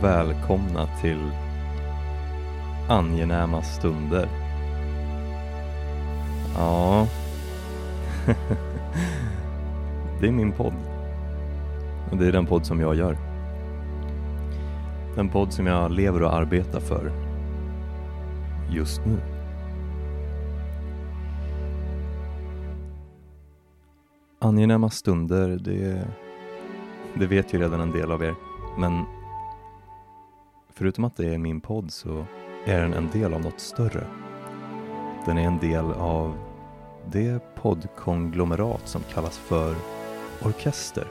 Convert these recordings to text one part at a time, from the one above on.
och välkomna till Angenäma stunder. Ja, det är min podd. Och det är den podd som jag gör. Den podd som jag lever och arbetar för just nu. Angenäma stunder, det vet ju redan en del av er. Men förutom att det är min podd så är den en del av något större. Den är en del av det poddkonglomerat som kallas för orkester.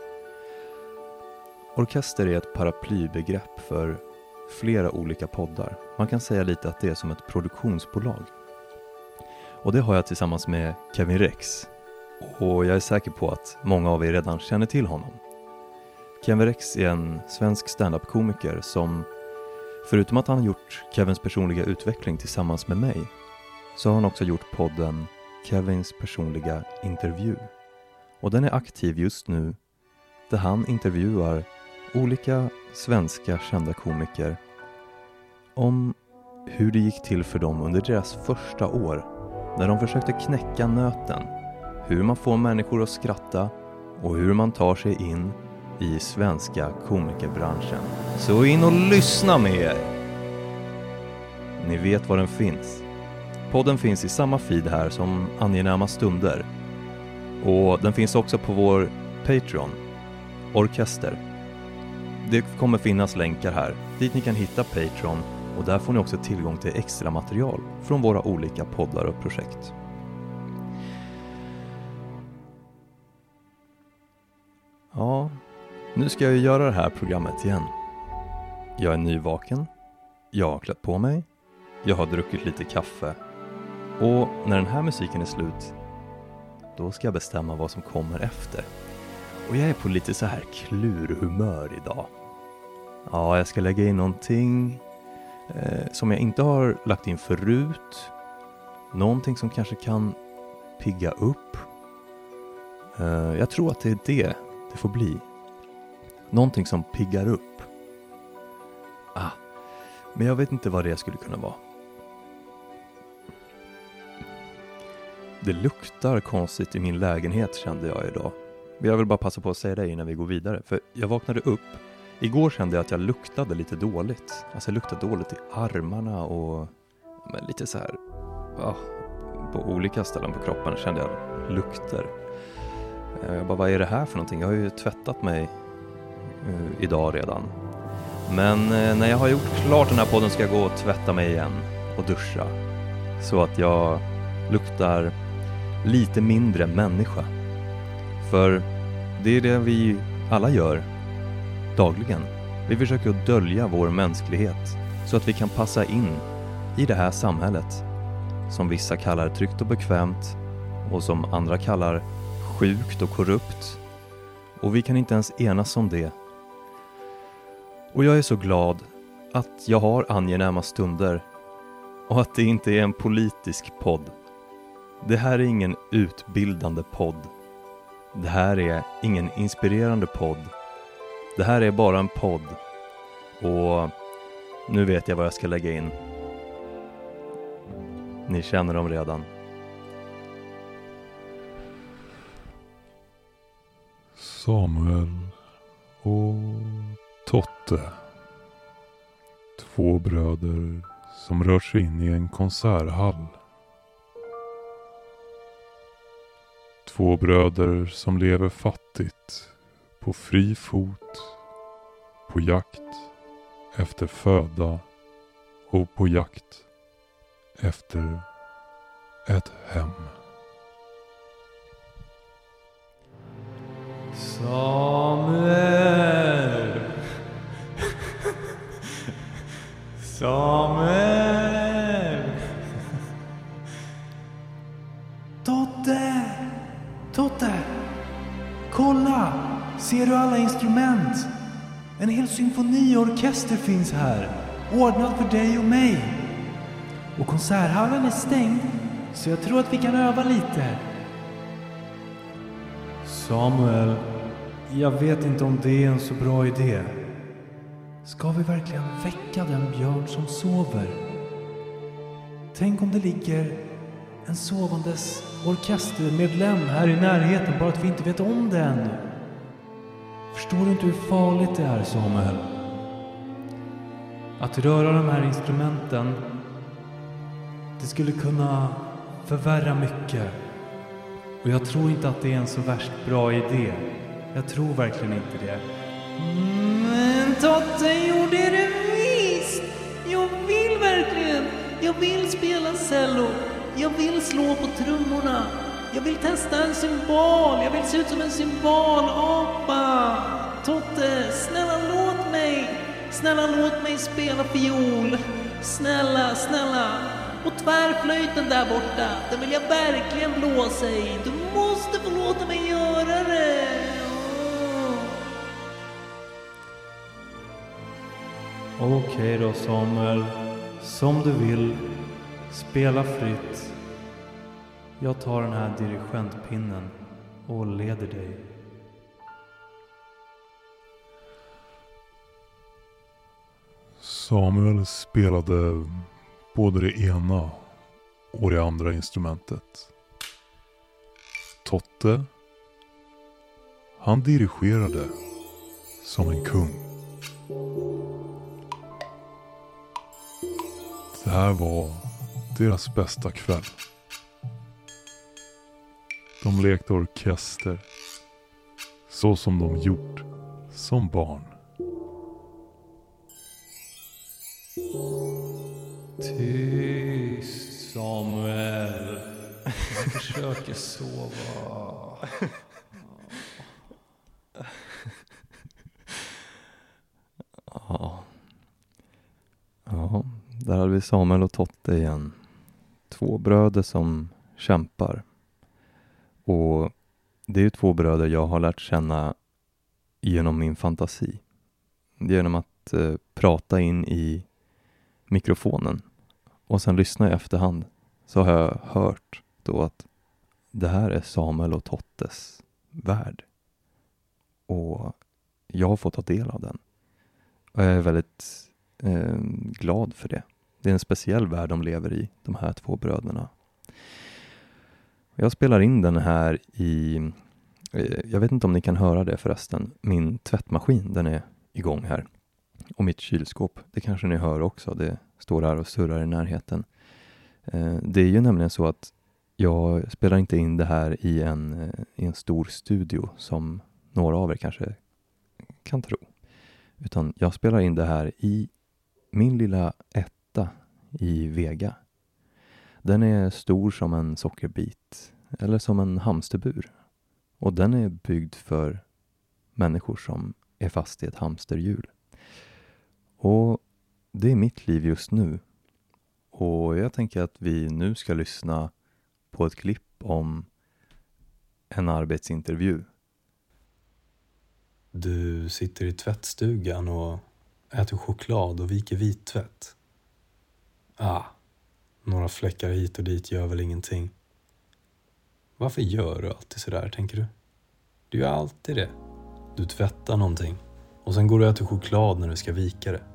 Orkester är ett paraplybegrepp för flera olika poddar. Man kan säga lite att det är som ett produktionsbolag. Och det har jag tillsammans med Kevin Rex. Och jag är säker på att många av er redan känner till honom. Kevin Rex är en svensk stand-up-komiker som, förutom att han har gjort Kevins personliga utveckling tillsammans med mig, så har han också gjort podden Kevins personliga intervju. Och den är aktiv just nu, där han intervjuar olika svenska kända komiker om hur det gick till för dem under deras första år, när de försökte knäcka nöten, hur man får människor att skratta och hur man tar sig in i svenska komikerbranschen. Så in och lyssna med er! Ni vet var den finns. Podden finns i samma feed här som Angenäma stunder. Och den finns också på vår Patreon, Orkester. Det kommer finnas länkar här dit ni kan hitta Patreon, och där får ni också tillgång till extra material från våra olika poddar och projekt. Ja, nu ska jag göra det här programmet igen. Jag är nyvaken, jag har klätt på mig, jag har druckit lite kaffe, och när den här musiken är slut, då ska jag bestämma vad som kommer efter. Och jag är på lite så här klurhumör idag. Ja, jag ska lägga in någonting som jag inte har lagt in förut. Någonting som kanske kan pigga upp. Jag tror att det är det får bli. Någonting som piggar upp. Men jag vet inte vad det skulle kunna vara. Det luktar konstigt i min lägenhet, kände jag idag. Jag vill bara passa på att säga det innan vi går vidare. För jag vaknade upp. Igår kände jag att jag luktade lite dåligt. Alltså jag luktade dåligt i armarna och lite så här. På olika ställen på kroppen kände jag lukter. Jag bara, vad är det här för någonting? Jag har ju tvättat mig idag redan. Men när jag har gjort klart den här podden ska jag gå och tvätta mig igen och duscha. Så att jag luktar lite mindre människa. För det är det vi alla gör dagligen. Vi försöker att dölja vår mänsklighet så att vi kan passa in i det här samhället som vissa kallar tryggt och bekvämt och som andra kallar sjukt och korrupt. Och vi kan inte ens enas om det. Och jag är så glad att jag har angenäma stunder och att det inte är en politisk podd. Det här är ingen utbildande podd. Det här är ingen inspirerande podd. Det här är bara en podd. Och nu vet jag vad jag ska lägga in. Ni känner dem redan. Samuel och Totte. Två bröder som rör sig in i en konserthall. Två bröder som lever fattigt, på fri fot, på jakt efter föda och på jakt efter ett hem. Samuel! Samuel! Totte! Totte! Kolla! Ser du alla instrument? En hel symfoniorkester finns här. Ordnad för dig och mig. Och konserthallen är stängd, så jag tror att vi kan öva lite. Samuel, jag vet inte om det är en så bra idé. Ska vi verkligen väcka den björn som sover? Tänk om det ligger en sovandes orkestermedlem här i närheten, bara att vi inte vet om det ännu. Förstår du inte hur farligt det är, Samuel? Att röra de här instrumenten, det skulle kunna förvärra mycket. Och jag tror inte att det är en så värst bra idé. Jag tror verkligen inte det. Men Totte, jo det är det visst. Jag vill verkligen. Jag vill spela cello. Jag vill slå på trummorna. Jag vill testa en symbol. Jag vill se ut som en symbolapa. Totte, snälla låt mig. Snälla låt mig spela fiol. Snälla, snälla. Och tvärflöjten där borta, den vill jag verkligen blåsa i. Du måste få låta mig göra det. Okej då, Samuel. Som du vill. Spela fritt. Jag tar den här dirigentpinnen och leder dig. Samuel spelade både det ena och det andra instrumentet. Totte, han dirigerade som en kung. Det här var deras bästa kväll. De lekte orkester så som de gjort som barn. Tyst, Samuel. Jag försöker sova. Ja, där hade vi Samuel och Totte igen. 2 bröder som kämpar. Och det är ju 2 bröder jag har lärt känna genom min fantasi. Genom att prata in i mikrofonen. Och sen lyssna i efterhand, så har jag hört då att det här är Samuel och Tottes värld. Och jag har fått ta del av den. Och jag är väldigt glad för det. Det är en speciell värld de lever i, de här 2 bröderna. Jag spelar in den här i, jag vet inte om ni kan höra det förresten, min tvättmaskin, den är igång här. Och mitt kylskåp, det kanske ni hör också, det står här och surrar i närheten. Det är ju nämligen så att jag spelar inte in det här i en stor studio som några av er kanske kan tro. Utan jag spelar in det här i min lilla etta i Vega. Den är stor som en sockerbit eller som en hamsterbur. Och den är byggd för människor som är fast i ett hamsterhjul. Och det är mitt liv just nu. Och jag tänker att vi nu ska lyssna på ett klipp om en arbetsintervju. Du sitter i tvättstugan och äter choklad och viker vittvätt. Några fläckar hit och dit gör väl ingenting. Varför gör du alltid sådär, tänker du? Du gör alltid det. Du tvättar någonting och sen går du och äter choklad när du ska vika det.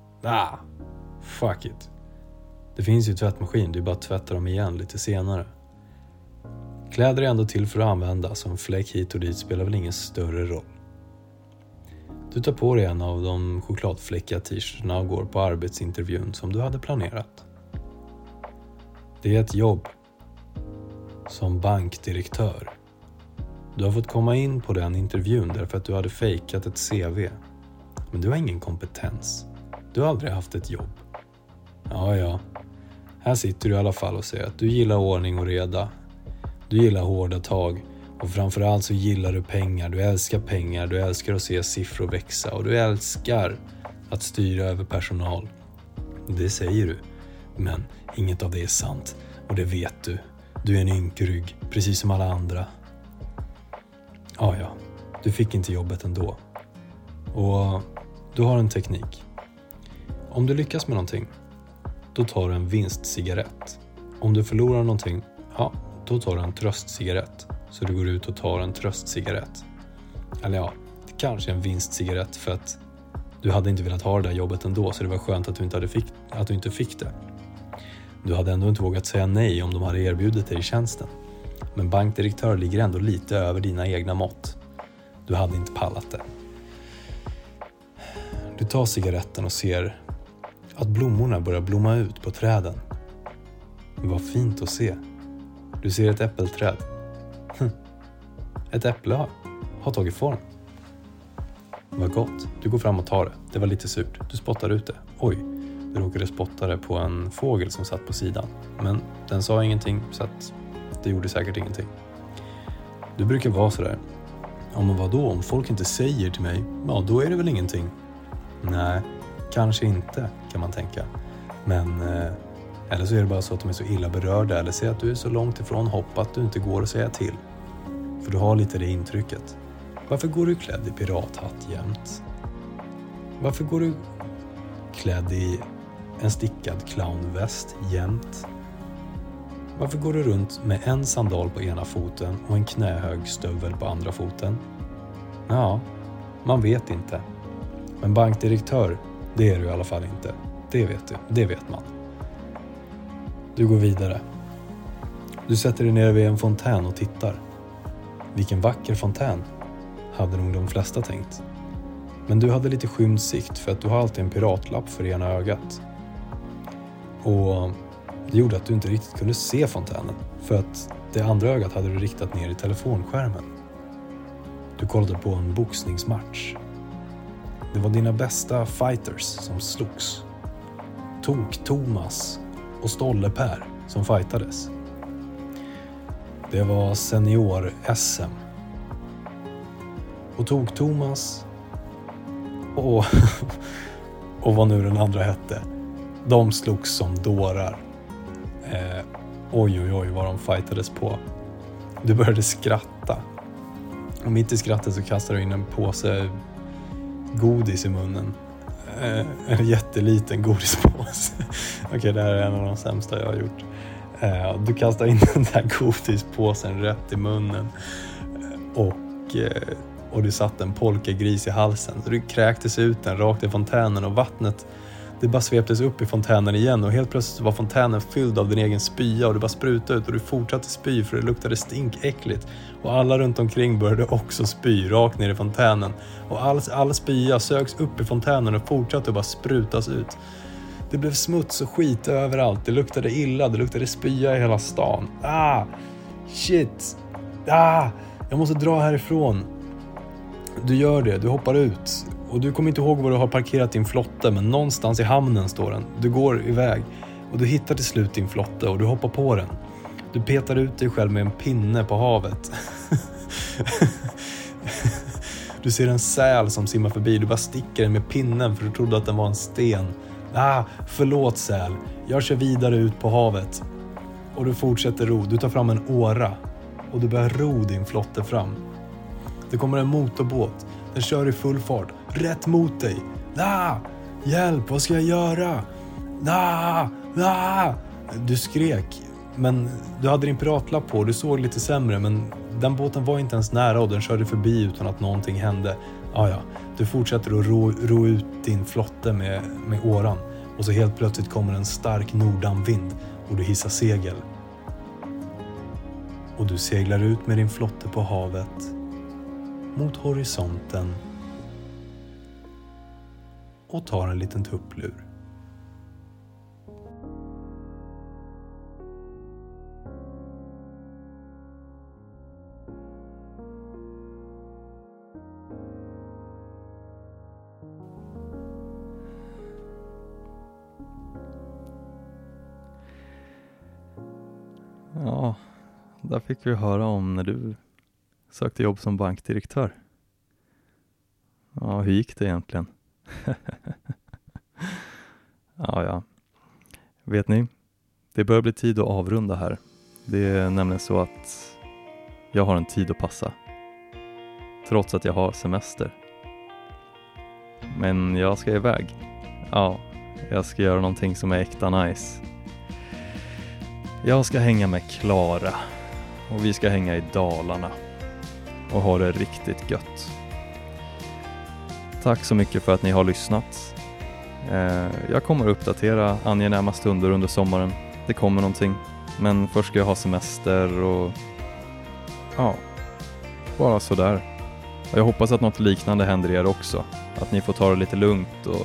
Fuck it. Det finns ju tvättmaskin, det är bara att tvätta dem igen lite senare. Kläder är ändå till för att använda, så en fläck hit och dit spelar väl ingen större roll. Du tar på dig en av de chokladfläckiga t-shirtarna och går på arbetsintervjun som du hade planerat. Det är ett jobb som bankdirektör. Du har fått komma in på den intervjun därför att du hade fejkat ett CV. Men du har ingen kompetens. Du har aldrig haft ett jobb. Ja. Här sitter du i alla fall och säger att du gillar ordning och reda. Du gillar hårda tag. Och framförallt så gillar du pengar. Du älskar att se siffror växa. Och du älskar att styra över personal. Det säger du. Men inget av det är sant. Och det vet du. Du är en ynkrygg, precis som alla andra. Ja. Du fick inte jobbet ändå. Och du har en teknik. Om du lyckas med någonting, då tar du en vinstcigarett. Om du förlorar någonting, då tar du en tröstcigarett. Så du går ut och tar en tröstcigarett. Eller kanske en vinstcigarett, för att Du hade inte velat ha det där jobbet ändå, så det var skönt att du inte fick det. Du hade ändå inte vågat säga nej om de hade erbjudit dig tjänsten. Men bankdirektör ligger ändå lite över dina egna mått. Du hade inte pallat det. Du tar cigaretten och ser att blommorna börjar blomma ut på träden. Det var fint att se. Du ser ett äppelträd. Ett äpple har tagit form. Vad gott. Du går fram och tar det. Det var lite surt. Du spottar ut det. Oj, du råkade spotta det på en fågel som satt på sidan. Men den sa ingenting, så att det gjorde säkert ingenting. Du brukar vara sådär. Ja, men vadå? Om folk inte säger till mig, ja, då är det väl ingenting. Nej, kanske inte, kan man tänka. Men eller så är det bara så att de är så illa berörda. Eller säger att du är så långt ifrån hopp att du inte går att säga till. För du har lite det intrycket. Varför går du klädd i pirathatt jämt? Varför går du klädd i en stickad clownväst jämt? Varför går du runt med en sandal på ena foten och en knähög stövel på andra foten? Ja, man vet inte. Men bankdirektör, det är du i alla fall inte. Det vet du, det vet man. Du går vidare. Du sätter dig ner vid en fontän och tittar. Vilken vacker fontän, hade nog de flesta tänkt. Men du hade lite skymd sikt för att du har alltid en piratlapp för ena ögat. Och det gjorde att du inte riktigt kunde se fontänen, för att det andra ögat hade du riktat ner i telefonskärmen. Du kollade på en boxningsmatch. Det var dina bästa fighters som slogs. Tok-Thomas och Stolle-Per som fightades. Det var senior-SM. Och Tok-Thomas och vad nu den andra hette, de slogs som dårar. Oj vad de fightades på. Du började skratta. Och mitt i skrattet så kastade du in en påse godis i munnen. En jätteliten godispåse. Okej, det här är en av de sämsta jag har gjort. Du kastar in den där godispåsen rätt i munnen. Och du satt en polkagris i halsen. Så du kräktes ut den rakt i fontänen, och vattnet, det bara sveptes upp i fontänen igen. Och helt plötsligt var fontänen fylld av din egen spya, och du bara sprutade ut, och du fortsatte spy för det luktade stinkäckligt. Och alla runt omkring började också spy rakt ner i fontänen. Och all spya sögs upp i fontänen och fortsatte att bara sprutas ut. Det blev smuts och skit överallt. Det luktade illa, det luktade spya i hela stan. Shit. Jag måste dra härifrån. Du gör det, du hoppar ut. Och du kommer inte ihåg var du har parkerat din flotte, men någonstans i hamnen står den. Du går iväg och du hittar till slut din flotte och du hoppar på den. Du petar ut dig själv med en pinne på havet. Du ser en säl som simmar förbi. Du bara sticker den med pinnen för du trodde att den var en sten. Förlåt säl. Jag kör vidare ut på havet. Och du fortsätter ro. Du tar fram en åra och du börjar ro din flotte fram. Det kommer en motorbåt. Den kör i full fart. Rätt mot dig. Hjälp, vad ska jag göra? Du skrek. Men du hade din piratlapp på. Du såg lite sämre. Men den båten var inte ens nära och den körde förbi utan att någonting hände. Du fortsätter att ro ut din flotte med åran. Och så helt plötsligt kommer en stark nordanvind. Och du hissar segel. Och du seglar ut med din flotte på havet. Mot horisonten. Och tar en liten tupplur. Ja, där fick vi höra om när du sökte jobb som bankdirektör. Ja, hur gick det egentligen? Ja. Vet ni, det börjar bli tid att avrunda här. Det är nämligen så att jag har en tid att passa. Trots att jag har semester. Men jag ska iväg. Ja, jag ska göra någonting som är äkta nice. Jag ska hänga med Klara. Och vi ska hänga i Dalarna. Och ha det riktigt gött. Tack så mycket för att ni har lyssnat. Jag kommer att uppdatera angenäma stunder under sommaren. Det kommer någonting. Men först ska jag ha semester och ja, bara sådär. Och jag hoppas att något liknande händer er också. Att ni får ta det lite lugnt och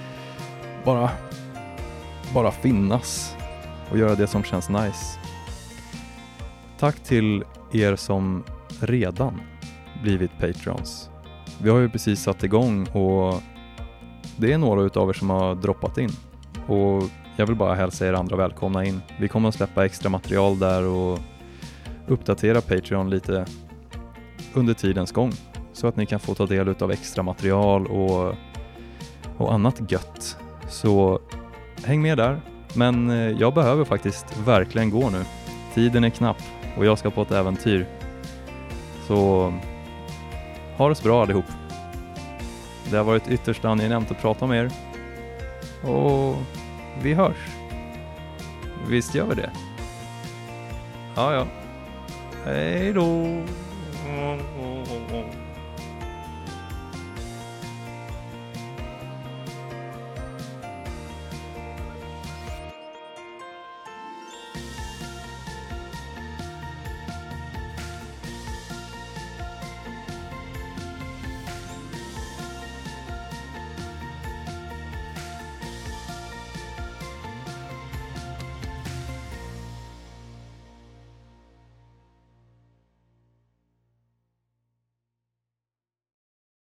bara finnas och göra det som känns nice. Tack till er som redan blivit Patreons. Vi har ju precis satt igång och det är några utav er som har droppat in. Och jag vill bara hälsa er andra välkomna in. Vi kommer att släppa extra material där och uppdatera Patreon lite under tidens gång. Så att ni kan få ta del utav extra material och annat gött. Så häng med där. Men jag behöver faktiskt verkligen gå nu. Tiden är knapp och jag ska på ett äventyr. Så ha det så bra allihop. Det har varit ytterst angenämt att prata med er. Och vi hörs. Visst gör vi det? Ja. Hej då.